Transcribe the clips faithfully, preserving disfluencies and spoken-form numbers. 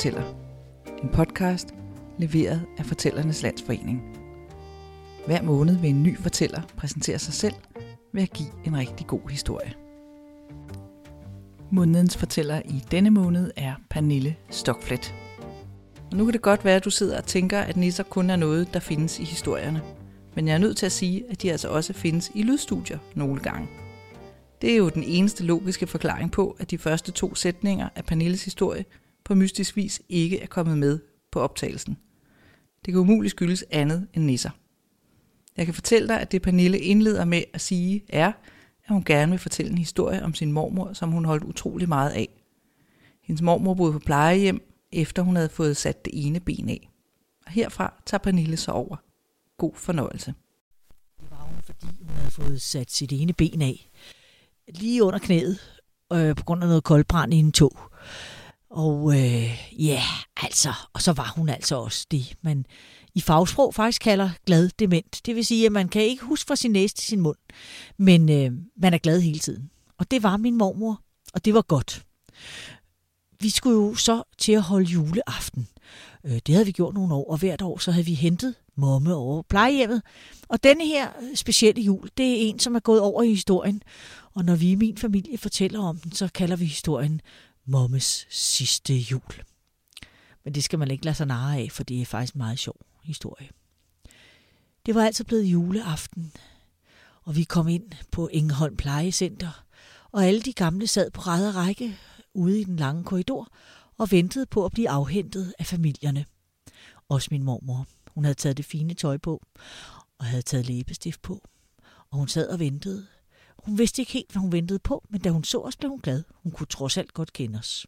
fortæller. En podcast leveret af Fortællernes Landsforening. Hver måned vil en ny fortæller præsentere sig selv ved at give en rigtig god historie. Månedens fortæller i denne måned er Pernille Stockflet. Og nu kan det godt være, at du sidder og tænker, at nisser kun er noget, der findes i historierne. Men jeg er nødt til at sige, at de altså også findes i lydstudier nogle gange. Det er jo den eneste logiske forklaring på, at de første to sætninger af Pernilles historie på mystisk vis ikke er kommet med på optagelsen. Det kan umuligt skyldes andet end nisser. Jeg kan fortælle dig, at det Pernille indleder med at sige er, at hun gerne vil fortælle en historie om sin mormor, som hun holdt utrolig meget af. Hendes mormor boede på plejehjem, efter hun havde fået sat det ene ben af. Og herfra tager Pernille så over. God fornøjelse. Det var hun, fordi hun havde fået sat sit ene ben af. Lige under knæet, øh, på grund af noget koldbrand i en tog. Og øh, ja, altså, og så var hun altså også det, man i fagsprog faktisk kalder glad dement. Det vil sige, at man kan ikke huske fra sin næse til sin mund, men øh, man er glad hele tiden. Og det var min mormor, og det var godt. Vi skulle jo så til at holde juleaften. Øh, det havde vi gjort nogle år, og hvert år så havde vi hentet momme over plejehjemmet. Og denne her specielle jul, det er en, som er gået over i historien. Og når vi i min familie fortæller om den, så kalder vi historien Mommes sidste jul. Men det skal man ikke lade sig narre af, for det er faktisk en meget sjov historie. Det var altså blevet juleaften, og vi kom ind på Ingeholm Plejecenter, og alle de gamle sad på ræd og række ude i den lange korridor og ventede på at blive afhentet af familierne. Også min mormor. Hun havde taget det fine tøj på og havde taget læbestift på, og hun sad og ventede. Hun vidste ikke helt, hvad hun ventede på, men da hun så os, blev hun glad. Hun kunne trods alt godt kende os.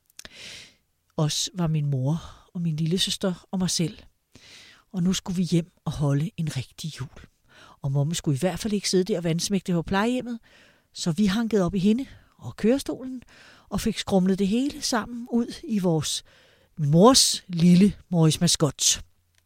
Os var min mor og min lillesøster og mig selv. Og nu skulle vi hjem og holde en rigtig jul. Og momme skulle i hvert fald ikke sidde der og vandsmægte på plejehjemmet, så vi hankede op i hende og kørestolen og fik skrumlet det hele sammen ud i vores min mors lille Morris Mascot.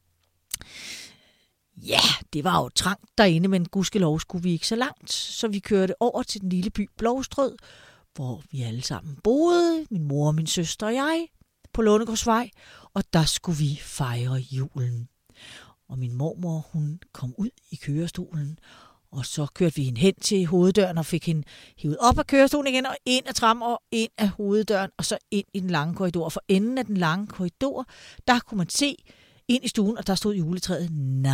Ja, det var jo trangt derinde, men gudskelov skulle vi ikke så langt, så vi kørte over til den lille by Blovstrød, hvor vi alle sammen boede, min mor, min søster og jeg, på Lundegårdsvej, og der skulle vi fejre julen. Og min mormor, hun kom ud i kørestolen, og så kørte vi hende hen til hoveddøren og fik hende hivet op af kørestolen igen, og ind af trappen og ind af hoveddøren, og så ind i den lange korridor. For enden af den lange korridor, der kunne man se ind i stuen, og der stod juletræet.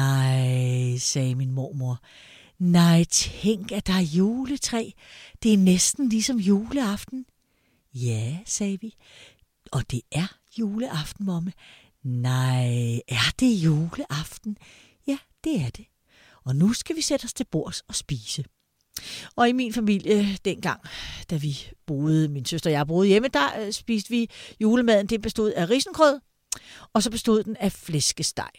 Nej, sagde min mormor. Nej, tænk, at der er juletræ. Det er næsten ligesom juleaften. Ja, sagde vi. Og det er juleaften, momme. Nej, er det juleaften? Ja, det er det. Og nu skal vi sætte os til bords og spise. Og i min familie dengang, da vi boede, min søster og jeg boede hjemme, der øh, spiste vi julemaden. Det bestod af risengrød, og så bestod den af flæskesteg.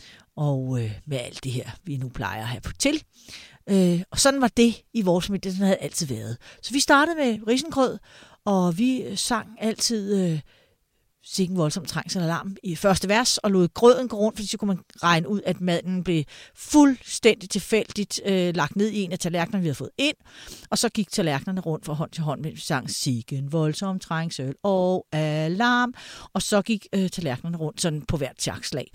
Og øh, med alt det her, vi nu plejer at have på til. Øh, og sådan var det i vores familie, sådan havde altid været. Så vi startede med risengrød, og vi sang altid øh, sikken voldsom trængsel alarm i første vers, og lod grøden gå rundt, fordi så kunne man regne ud, at maden blev fuldstændig tilfældigt øh, lagt ned i en af tallerkenerne, vi havde fået ind, og så gik tallerkenerne rundt fra hånd til hånd, mens vi sang sikken voldsom trængsel og alarm, og så gik øh, tallerkenerne rundt sådan på hvert tjakslag.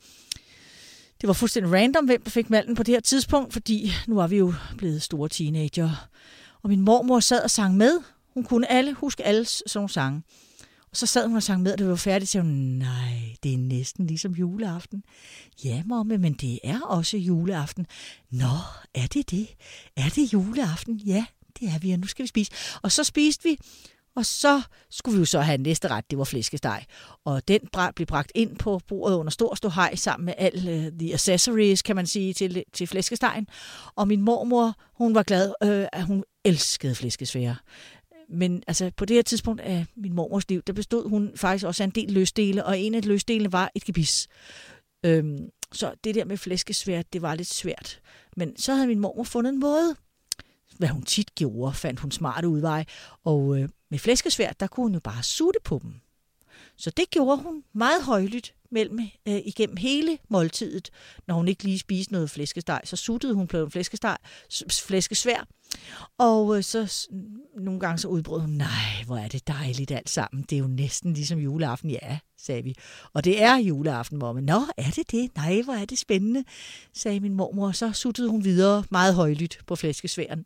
Det var fuldstændig random, hvem der fik malten på det her tidspunkt, fordi nu var vi jo blevet store teenager, og min mormor sad og sang med. Hun kunne alle, huske alle sådan nogle sange. Og så sad hun og sang med, og det var færdigt, så hun, nej, det er næsten ligesom juleaften. Ja, momme, men det er også juleaften. Nå, er det det? Er det juleaften? Ja, det er vi, og nu skal vi spise. Og så spiste vi, og så skulle vi jo så have næste ret, det var flæskesteg. Og den blev bragt ind på bordet under stor ståhej sammen med alle uh, the accessories, kan man sige, til, til flæskestegen. Og min mormor, hun var glad, øh, at hun elskede flæskesvær. Men altså, på det her tidspunkt af min mormors liv, der bestod hun faktisk også af en del løsdele, og en af løsdelene var et gebis. Øhm, så det der med flæskesværd, det var lidt svært. Men så havde min mormor fundet en måde, hvad hun tit gjorde, fandt hun smarte udveje. Og øh, med flæskesværd, der kunne hun jo bare sutte på dem. Så det gjorde hun meget højlydt mellem, øh, igennem hele måltidet. Når hun ikke lige spiste noget flæskesteg, så suttede hun på en flæskesteg, flæskesværd. Og øh, så s- nogle gange så udbrød hun, nej, hvor er det dejligt alt sammen. Det er jo næsten ligesom juleaften. Ja, sagde vi. Og det er juleaften, momme. Nå, er det det? Nej, hvor er det spændende, sagde min mormor. Så suttede hun videre meget højlydt på flæskesværen.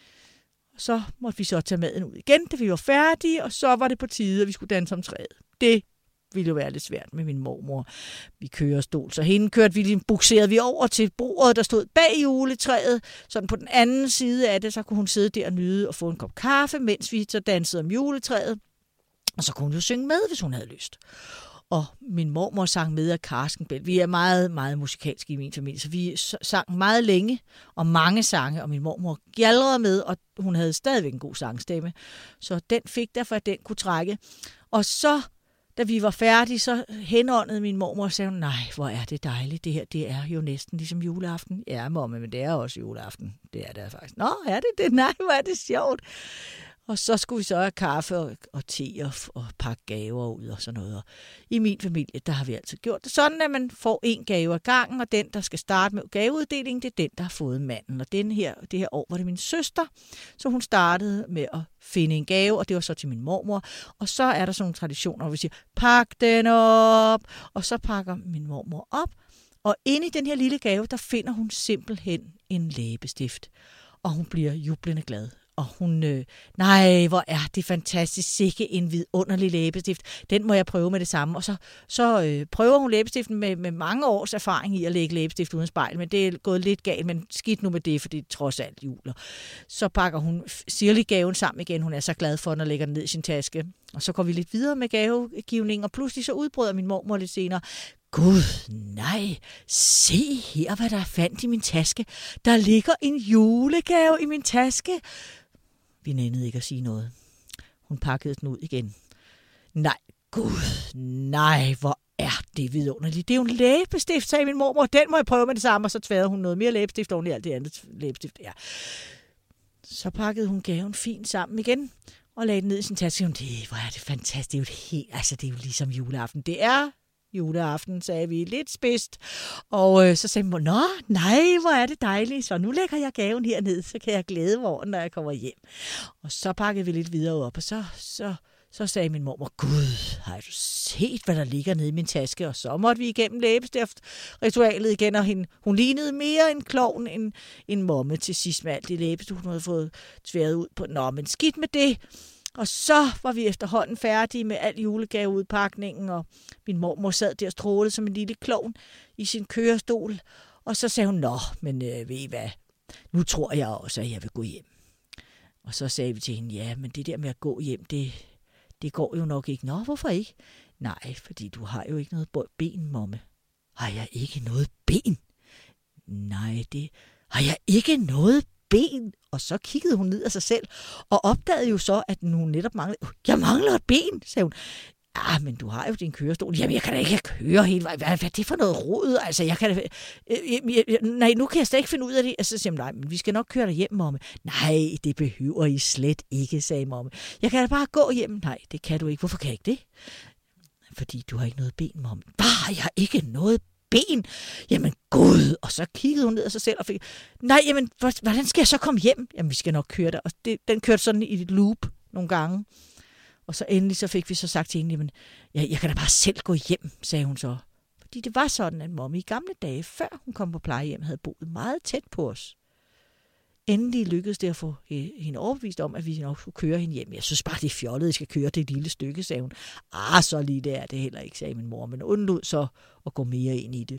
Så måtte vi så tage maden ud igen, da vi var færdige, og så var det på tide, at vi skulle danse om træet. Det ville jo være lidt svært med min mormor. Vi kører stol, så hende kørte vi, bukserede vi over til bordet, der stod bag juletræet. Sådan på den anden side af det, så kunne hun sidde der og nyde og få en kop kaffe, mens vi så dansede om juletræet. Og så kunne hun jo synge med, hvis hun havde lyst. Og min mormor sang med af Karstenbælt. Vi er meget, meget musikalske i min familie, så vi sang meget længe og mange sange, og min mormor gjaldrede med, og hun havde stadigvæk en god sangstemme. Så den fik derfor, at den kunne trække. Og så, da vi var færdige, så henåndede min mormor og sagde, nej, hvor er det dejligt. Det her, det er jo næsten ligesom juleaften. Ja, momme, men det er også juleaften. Det er det faktisk. Nå, er det det? Nej, hvor er det sjovt. Og så skulle vi så have kaffe og, og te og, og pakke gaver ud og sådan noget. Og i min familie, der har vi altid gjort det sådan, at man får en gave ad gangen, og den, der skal starte med gaveuddelingen, det er den, der har fået manden. Og den her, det her år var det min søster, så hun startede med at finde en gave, og det var så til min mormor. Og så er der sådan nogle traditioner, hvor vi siger, pak den op, og så pakker min mormor op. Og inde i den her lille gave, der finder hun simpelthen en læbestift, og hun bliver jublende glad. Og hun, øh, nej, hvor er det fantastisk, sikke en vidunderlig læbestift. Den må jeg prøve med det samme. Og så, så øh, prøver hun læbestiften med, med mange års erfaring i at lægge læbestift uden spejl. Men det er gået lidt galt, men skidt nu med det, for det er trods alt juler. Så pakker hun sirlig gaven sammen igen. Hun er så glad for den og lægger den ned i sin taske. Og så går vi lidt videre med gavegivningen, og pludselig så udbryder min mormor lidt senere. Gud, nej, se her, hvad der er fandt i min taske. Der ligger en julegave i min taske. Vi nændede ikke at sige noget. Hun pakkede den ud igen. Nej, gud, nej, hvor er det vidunderligt. Det er jo en læbestift, sagde min mormor. Den må jeg prøve med det samme, og så tværede hun noget mere læbestift oven i alt det andet læbestift. Ja. Så pakkede hun gaven fint sammen igen, og lagde den ned i sin taske. Det, hvor er det fantastisk. Det er jo helt, altså det er jo ligesom juleaften. Det er juleaften, sagde vi lidt spidst. Og øh, så sagde hun, nå, nej, hvor er det dejligt. Så nu lægger jeg gaven herned, så kan jeg glæde mig over den, når jeg kommer hjem. Og så pakkede vi lidt videre op, og så, så, så sagde min mormor, gud, har du set, hvad der ligger nede i min taske? Og så måtte vi igennem læbestift-ritualet igen, og hende, hun lignede mere en klovn end en momme til sidst med alt det læbestift, hun havde fået tværet ud på. Nå, men skidt med det. Og så var vi efterhånden færdige med al julegaveudpakningen, og min mormor sad der og strålede som en lille klovn i sin kørestol. Og så sagde hun, nå, men øh, ved I hvad, nu tror jeg også, at jeg vil gå hjem. Og så sagde vi til hende, ja, men det der med at gå hjem, det, det går jo nok ikke. Nå, hvorfor ikke? Nej, fordi du har jo ikke noget ben, momme. Har jeg ikke noget ben? Nej, det har jeg ikke noget ben. Og så kiggede hun ned af sig selv, og opdagede jo så, at hun netop manglede. Jeg mangler et ben, sagde hun. Ja, men du har jo din kørestol. Jamen, jeg kan da ikke køre hele vejen. Hvad, hvad er det for noget rod? Altså, jeg kan da... Nej, nu kan jeg slet ikke finde ud af det. Og så siger hun, nej, men vi skal nok køre dig hjem, momme. Nej, det behøver I slet ikke, sagde momme. Jeg kan da bare gå hjem. Nej, det kan du ikke. Hvorfor kan jeg ikke det? Fordi du har ikke noget ben, momme. Bare, jeg har ikke noget ben. Jamen gud. Og så kiggede hun ned af sig selv og fik, nej, jamen, hvordan skal jeg så komme hjem? Jamen, vi skal nok køre der. Og det, den kørte sådan i et loop nogle gange. Og så endelig så fik vi så sagt til hende, jamen, jeg, jeg kan da bare selv gå hjem, sagde hun så. Fordi det var sådan, at momme i gamle dage, før hun kom på plejehjem, havde boet meget tæt på os. Endelig lykkedes det at få hende overbevist om, at vi nok skulle køre hende hjem. Jeg synes bare, det er fjollet, at I skal køre det lille stykke, sagde hun. Ah, så lige det er det heller ikke, sagde min mor, men undlod så at gå mere ind i det.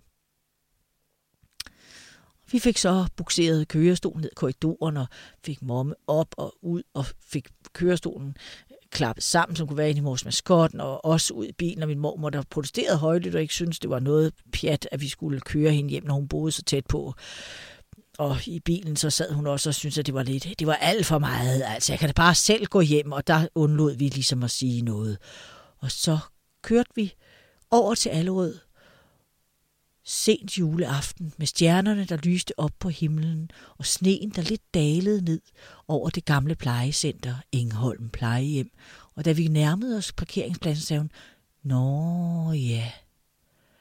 Vi fik så bukseret kørestolen ned i korridoren, og fik momme op og ud, og fik kørestolen klappet sammen, som kunne være inde i vores maskotten, og også ud i bilen, og min mormor, der protesterede højligt, og ikke syntes, det var noget pjat, at vi skulle køre hende hjem, når hun boede så tæt på. Og i bilen så sad hun også og syntes, at det var lidt, det var alt for meget. Altså, jeg kan da bare selv gå hjem, og der undlod vi ligesom at sige noget. Og så kørte vi over til Allerød sent juleaften med stjernerne, der lyste op på himlen, og sneen, der lidt dalede ned over det gamle plejecenter Engholm plejehjem. Og da vi nærmede os parkeringspladsen, sagde hun, nå ja,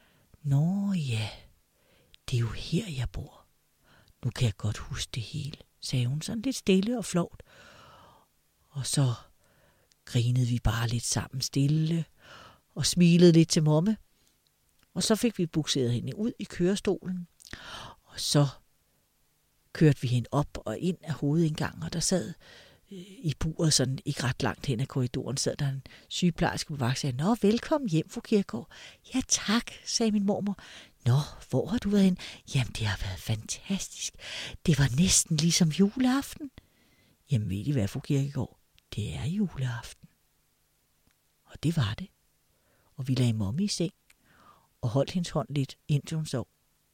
nå ja, det er jo her, jeg bor. Nu kan jeg godt huske det hele. sagde hun sådan lidt stille og flovt. Og så grinede vi bare lidt sammen stille og smilede lidt til momme. Og så fik vi bukseret hende ud i kørestolen. Og så kørte vi hende op og ind af hovedindgangen, og der sad øh, i buret sådan ikke ret langt hen ad korridoren, sad der en sygeplejerske på vagt og sagde, nå, velkommen hjem, fru Kjærgaard. Ja, tak, sagde min mormor. Nå, hvor har du været hen? Jamen, det har været fantastisk. Det var næsten ligesom juleaften. Jamen, ved I hvad, fru Kjærgaard? Det er juleaften. Og det var det. Og vi lagde momme i seng og holdt hendes hånd lidt, indtil hun sov.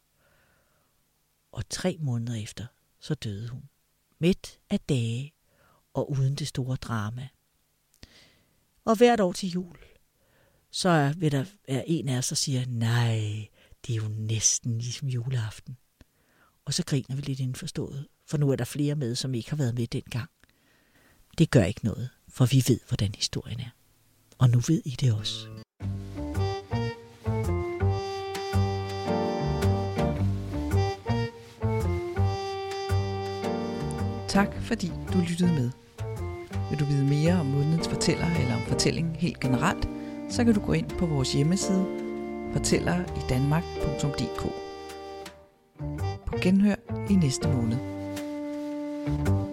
Og tre måneder efter, så døde hun. Midt af dage og uden det store drama. Og hvert år til jul, så vil der være en af os, der siger, nej, det er jo næsten ligesom juleaften. Og så griner vi lidt indforstået, for nu er der flere med, som ikke har været med dengang. Det gør ikke noget, for vi ved, hvordan historien er. Og nu ved I det også. Tak fordi du lyttede med. Vil du vide mere om månedens fortæller eller om fortællingen helt generelt, så kan du gå ind på vores hjemmeside fortælleridanmark punktum d k. På genhør i næste måned.